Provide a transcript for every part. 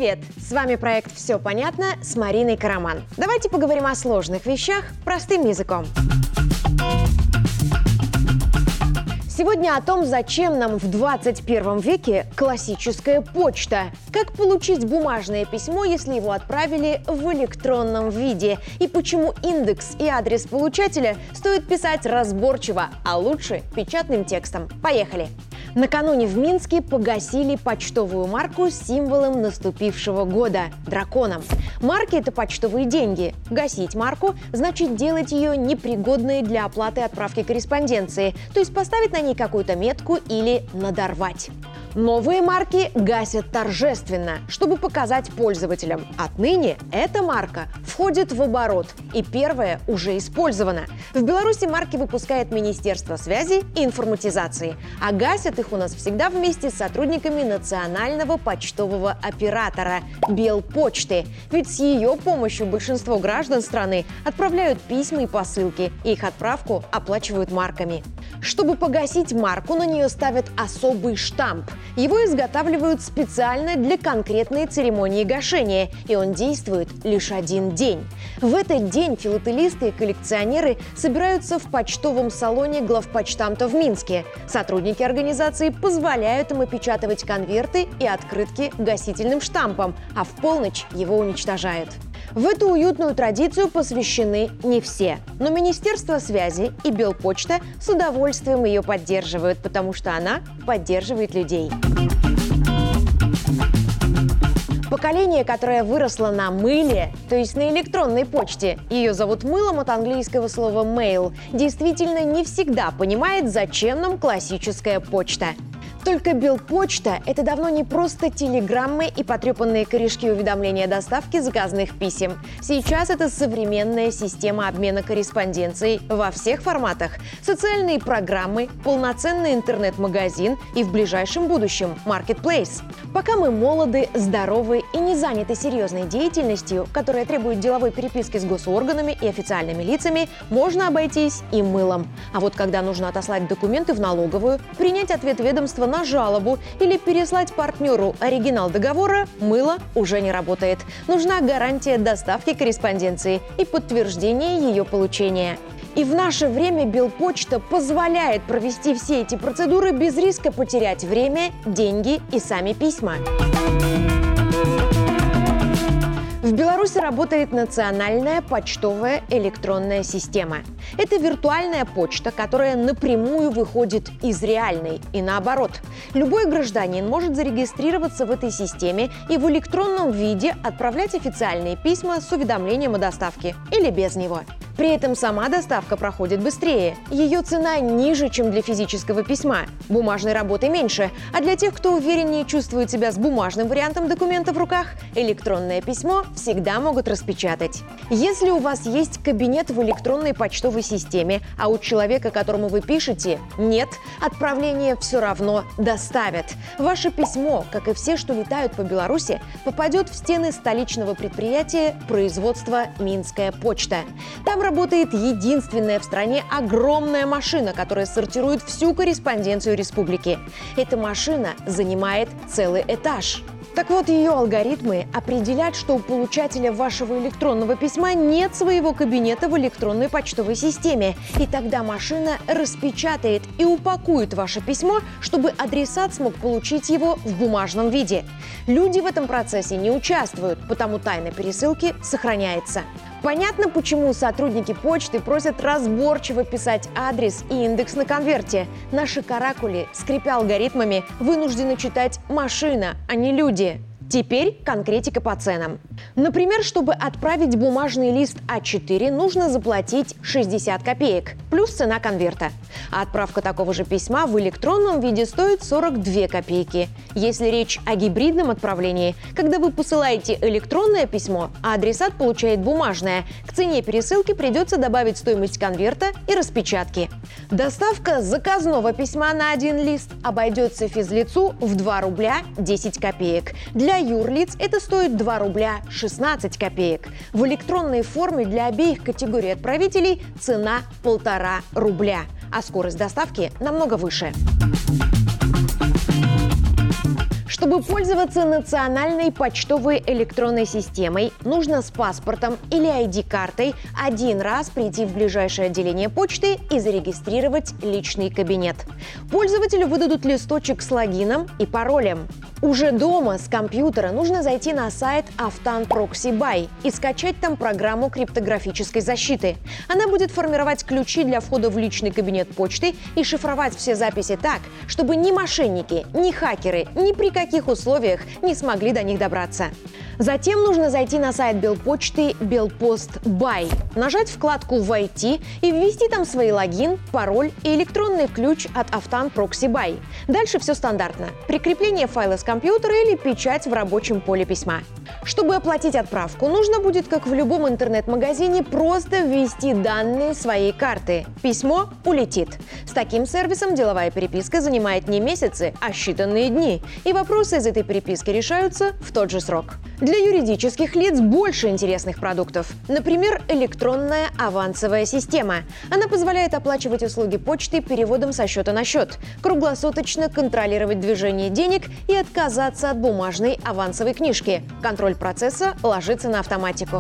Привет! С вами проект «Все понятно» с Мариной Караман. Давайте поговорим о сложных вещах простым языком. Сегодня о том, зачем нам в 21 веке классическая почта, как получить бумажное письмо, если его отправили в электронном виде, и почему индекс и адрес получателя стоит писать разборчиво, а лучше печатным текстом. Поехали! Накануне в Минске погасили почтовую марку с символом наступившего года – драконом. Марки – это почтовые деньги. Гасить марку – значит делать ее непригодной для оплаты отправки корреспонденции, то есть поставить на ней какую-то метку или надорвать. Новые марки гасят торжественно, чтобы показать пользователям. Отныне эта марка входит в оборот, и первая уже использована. В Беларуси марки выпускает Министерство связи и информатизации, а гасят их у нас всегда вместе с сотрудниками национального почтового оператора Белпочты. Ведь с ее помощью большинство граждан страны отправляют письма и посылки, и их отправку оплачивают марками. Чтобы погасить марку, на нее ставят особый штамп. Его изготавливают специально для конкретной церемонии гашения, и он действует лишь один день. В этот день филателисты и коллекционеры собираются в почтовом салоне главпочтамта в Минске. Сотрудники организации позволяют им опечатывать конверты и открытки гасительным штампом, а в полночь его уничтожают. В эту уютную традицию посвящены не все, но Министерство связи и Белпочта с удовольствием ее поддерживают, потому что она поддерживает людей. Поколение, которое выросло на мыле, то есть на электронной почте, ее зовут мылом от английского слова mail, действительно не всегда понимает, зачем нам классическая почта. Только Белпочта – это давно не просто телеграммы и потрепанные корешки уведомления доставки заказных писем. Сейчас это современная система обмена корреспонденцией во всех форматах, социальные программы, полноценный интернет-магазин и в ближайшем будущем – маркетплейс. Пока мы молоды, здоровы и не заняты серьезной деятельностью, которая требует деловой переписки с госорганами и официальными лицами, можно обойтись и мылом. А вот когда нужно отослать документы в налоговую, принять ответ ведомства на жалобу или переслать партнеру оригинал договора, мыло уже не работает. Нужна гарантия доставки корреспонденции и подтверждение ее получения. И в наше время Белпочта позволяет провести все эти процедуры без риска потерять время, деньги и сами письма. В Беларуси работает национальная почтовая электронная система. Это виртуальная почта, которая напрямую выходит из реальной и наоборот. Любой гражданин может зарегистрироваться в этой системе и в электронном виде отправлять официальные письма с уведомлением о доставке или без него. При этом сама доставка проходит быстрее. Ее цена ниже, чем для физического письма. Бумажной работы меньше. А для тех, кто увереннее чувствует себя с бумажным вариантом документа в руках, электронное письмо всегда могут распечатать. Если у вас есть кабинет в электронной почтовой системе, а у человека, которому вы пишете, нет, отправление все равно доставят. Ваше письмо, как и все, что летают по Беларуси, попадет в стены столичного предприятия производства «Минская почта». Там работает единственная в стране огромная машина, которая сортирует всю корреспонденцию республики. Эта машина занимает целый этаж. Так вот, ее алгоритмы определят, что у получателя вашего электронного письма нет своего кабинета в электронной почтовой системе. И тогда машина распечатает и упакует ваше письмо, чтобы адресат смог получить его в бумажном виде. Люди в этом процессе не участвуют, потому тайна пересылки сохраняется. Понятно, почему сотрудники почты просят разборчиво писать адрес и индекс на конверте. Наши каракули, скрипя алгоритмами, вынуждены читать машина, а не люди. Теперь конкретика по ценам. Например, чтобы отправить бумажный лист А4, нужно заплатить 60 копеек, плюс цена конверта. А отправка такого же письма в электронном виде стоит 42 копейки. Если речь о гибридном отправлении, когда вы посылаете электронное письмо, а адресат получает бумажное, к цене пересылки придется добавить стоимость конверта и распечатки. Доставка заказного письма на один лист обойдется физлицу в 2 рубля 10 копеек. Для юрлиц это стоит 2 рубля 16 копеек. В электронной форме для обеих категорий отправителей цена 1,5 рубля, а скорость доставки намного выше. Чтобы пользоваться национальной почтовой электронной системой, нужно с паспортом или ID-картой один раз прийти в ближайшее отделение почты и зарегистрировать личный кабинет. Пользователю выдадут листочек с логином и паролем. Уже дома с компьютера нужно зайти на сайт Aftan Proxy Buy и скачать там программу криптографической защиты. Она будет формировать ключи для входа в личный кабинет почты и шифровать все записи так, чтобы ни мошенники, ни хакеры ни при каких условиях не смогли до них добраться. Затем нужно зайти на сайт Белпочты Белпост Buy, нажать вкладку «Войти» и ввести там свой логин, пароль и электронный ключ от Aftan Proxy Buy. Дальше все стандартно. Прикрепление файла с компьютера или печать в рабочем поле письма. Чтобы оплатить отправку, нужно будет, как в любом интернет-магазине, просто ввести данные своей карты. Письмо улетит. С таким сервисом деловая переписка занимает не месяцы, а считанные дни. И вопросы из этой переписки решаются в тот же срок. Для юридических лиц больше интересных продуктов. Например, электронная авансовая система. Она позволяет оплачивать услуги почты переводом со счета на счет, круглосуточно контролировать движение денег и отказаться от бумажной авансовой книжки. Контроль процесса ложится на автоматику.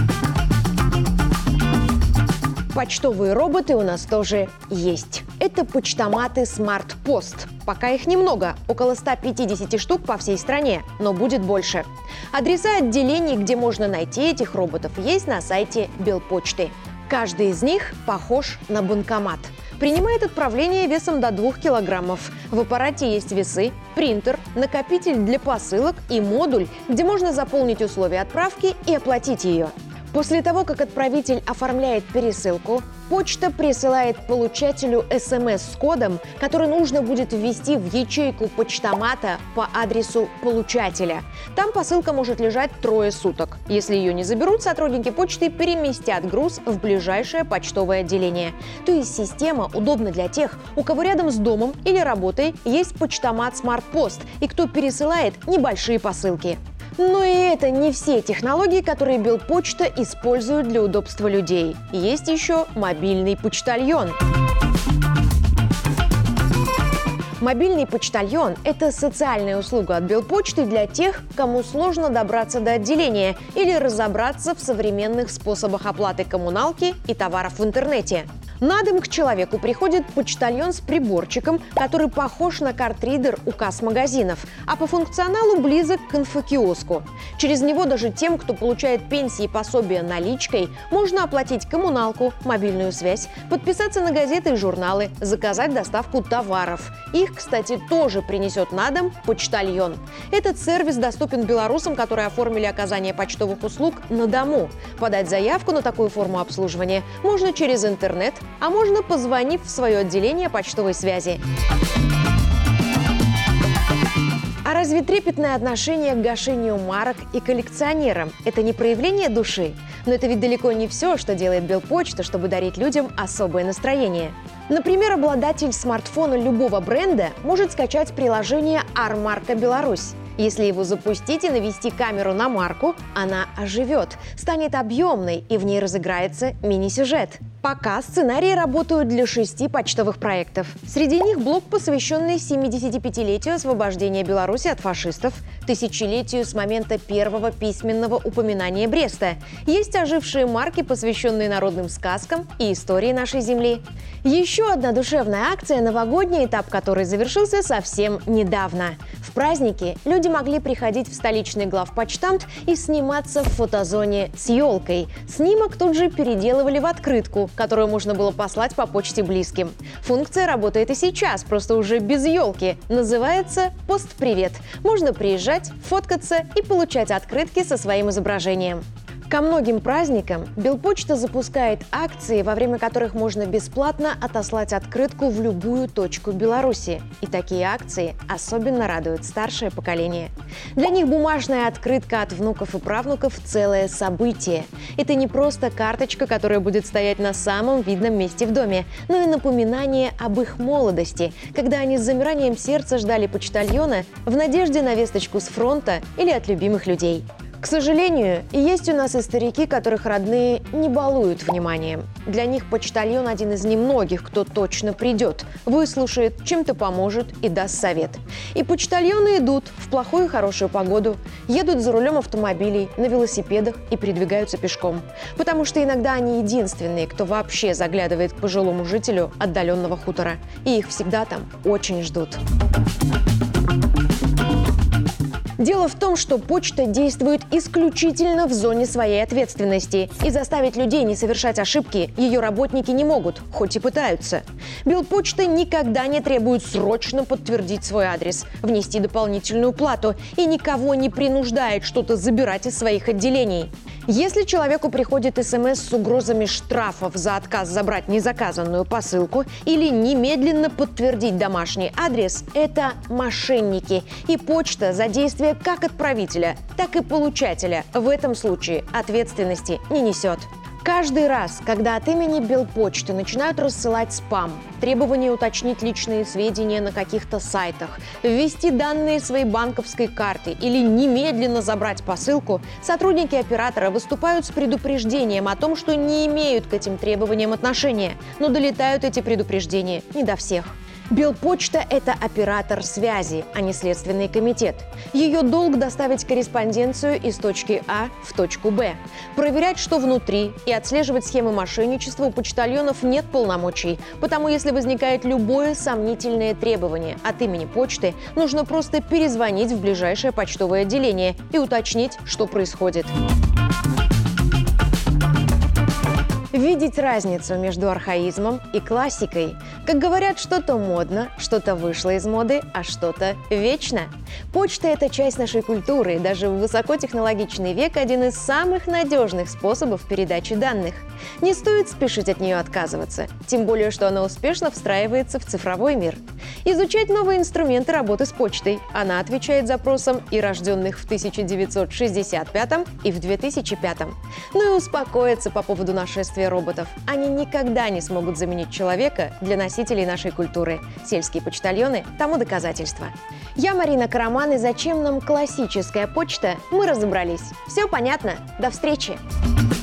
Почтовые роботы у нас тоже есть. Это почтоматы Smart Post. Пока их немного, около 150 штук по всей стране, но будет больше. Адреса отделений, где можно найти этих роботов, есть на сайте Белпочты. Каждый из них похож на банкомат. Принимает отправление весом до 2 килограммов. В аппарате есть весы, принтер, накопитель для посылок и модуль, где можно заполнить условия отправки и оплатить ее. После того, как отправитель оформляет пересылку, почта присылает получателю СМС с кодом, который нужно будет ввести в ячейку почтомата по адресу получателя. Там посылка может лежать 3 суток. Если ее не заберут, сотрудники почты переместят груз в ближайшее почтовое отделение. То есть система удобна для тех, у кого рядом с домом или работой есть почтомат Smart Post и кто пересылает небольшие посылки. Но и это не все технологии, которые Белпочта использует для удобства людей. Есть еще мобильный почтальон. Мобильный почтальон – это социальная услуга от Белпочты для тех, кому сложно добраться до отделения или разобраться в современных способах оплаты коммуналки и товаров в интернете. На дом к человеку приходит почтальон с приборчиком, который похож на картридер у касс магазинов, а по функционалу близок к инфокиоску. Через него даже тем, кто получает пенсии и пособия наличкой, можно оплатить коммуналку, мобильную связь, подписаться на газеты и журналы, заказать доставку товаров. Их, кстати, тоже принесет на дом почтальон. Этот сервис доступен белорусам, которые оформили оказание почтовых услуг на дому. Подать заявку на такую форму обслуживания можно через интернет, а можно позвонив в свое отделение почтовой связи. А разве трепетное отношение к гашению марок и коллекционерам – это не проявление души? Но это ведь далеко не все, что делает Белпочта, чтобы дарить людям особое настроение. Например, обладатель смартфона любого бренда может скачать приложение «Ар-марка Беларусь». Если его запустить и навести камеру на марку, она оживет, станет объемной и в ней разыграется мини-сюжет. Пока сценарии работают для 6 почтовых проектов. Среди них блок, посвященный 75-летию освобождения Беларуси от фашистов, тысячелетию с момента первого письменного упоминания Бреста. Есть ожившие марки, посвященные народным сказкам и истории нашей земли. Еще одна душевная акция – новогодний этап, который завершился совсем недавно. В праздники люди могли приходить в столичный главпочтамт и сниматься в фотозоне с елкой. Снимок тут же переделывали в открытку, которую можно было послать по почте близким. Функция работает и сейчас, просто уже без елки. Называется «Постпривет». Можно приезжать, фоткаться и получать открытки со своим изображением. Ко многим праздникам Белпочта запускает акции, во время которых можно бесплатно отослать открытку в любую точку Беларуси. И такие акции особенно радуют старшее поколение. Для них бумажная открытка от внуков и правнуков – целое событие. Это не просто карточка, которая будет стоять на самом видном месте в доме, но и напоминание об их молодости, когда они с замиранием сердца ждали почтальона в надежде на весточку с фронта или от любимых людей. К сожалению, есть у нас и старики, которых родные не балуют вниманием. Для них почтальон один из немногих, кто точно придет, выслушает, чем-то поможет и даст совет. И почтальоны идут в плохую и хорошую погоду, едут за рулем автомобилей, на велосипедах и передвигаются пешком. Потому что иногда они единственные, кто вообще заглядывает к пожилому жителю отдаленного хутора. И их всегда там очень ждут. Дело в том, что почта действует исключительно в зоне своей ответственности. И заставить людей не совершать ошибки ее работники не могут, хоть и пытаются. Белпочта никогда не требует срочно подтвердить свой адрес, внести дополнительную плату и никого не принуждает что-то забирать из своих отделений. Если человеку приходит СМС с угрозами штрафов за отказ забрать незаказанную посылку или немедленно подтвердить домашний адрес, это мошенники. И почта за действие как отправителя, так и получателя в этом случае ответственности не несет. Каждый раз, когда от имени Белпочты начинают рассылать спам, требование уточнить личные сведения на каких-то сайтах, ввести данные своей банковской карты или немедленно забрать посылку, сотрудники оператора выступают с предупреждением о том, что не имеют к этим требованиям отношения, но долетают эти предупреждения не до всех. Белпочта – это оператор связи, а не Следственный комитет. Ее долг доставить корреспонденцию из точки А в точку Б. Проверять, что внутри, и отслеживать схемы мошенничества у почтальонов нет полномочий. Потому если возникает любое сомнительное требование от имени почты, нужно просто перезвонить в ближайшее почтовое отделение и уточнить, что происходит. Видеть разницу между архаизмом и классикой. Как говорят, что-то модно, что-то вышло из моды, а что-то вечно. Почта – это часть нашей культуры, и даже в высокотехнологичный век один из самых надежных способов передачи данных. Не стоит спешить от нее отказываться, тем более, что она успешно встраивается в цифровой мир. Изучать новые инструменты работы с почтой. Она отвечает запросам и рожденных в 1965 и в 2005. Ну и успокоиться по поводу нашествия роботов. Они никогда не смогут заменить человека для носителей нашей культуры. Сельские почтальоны тому доказательство. Я Марина Караман, и зачем нам классическая почта, мы разобрались. Все понятно? До встречи!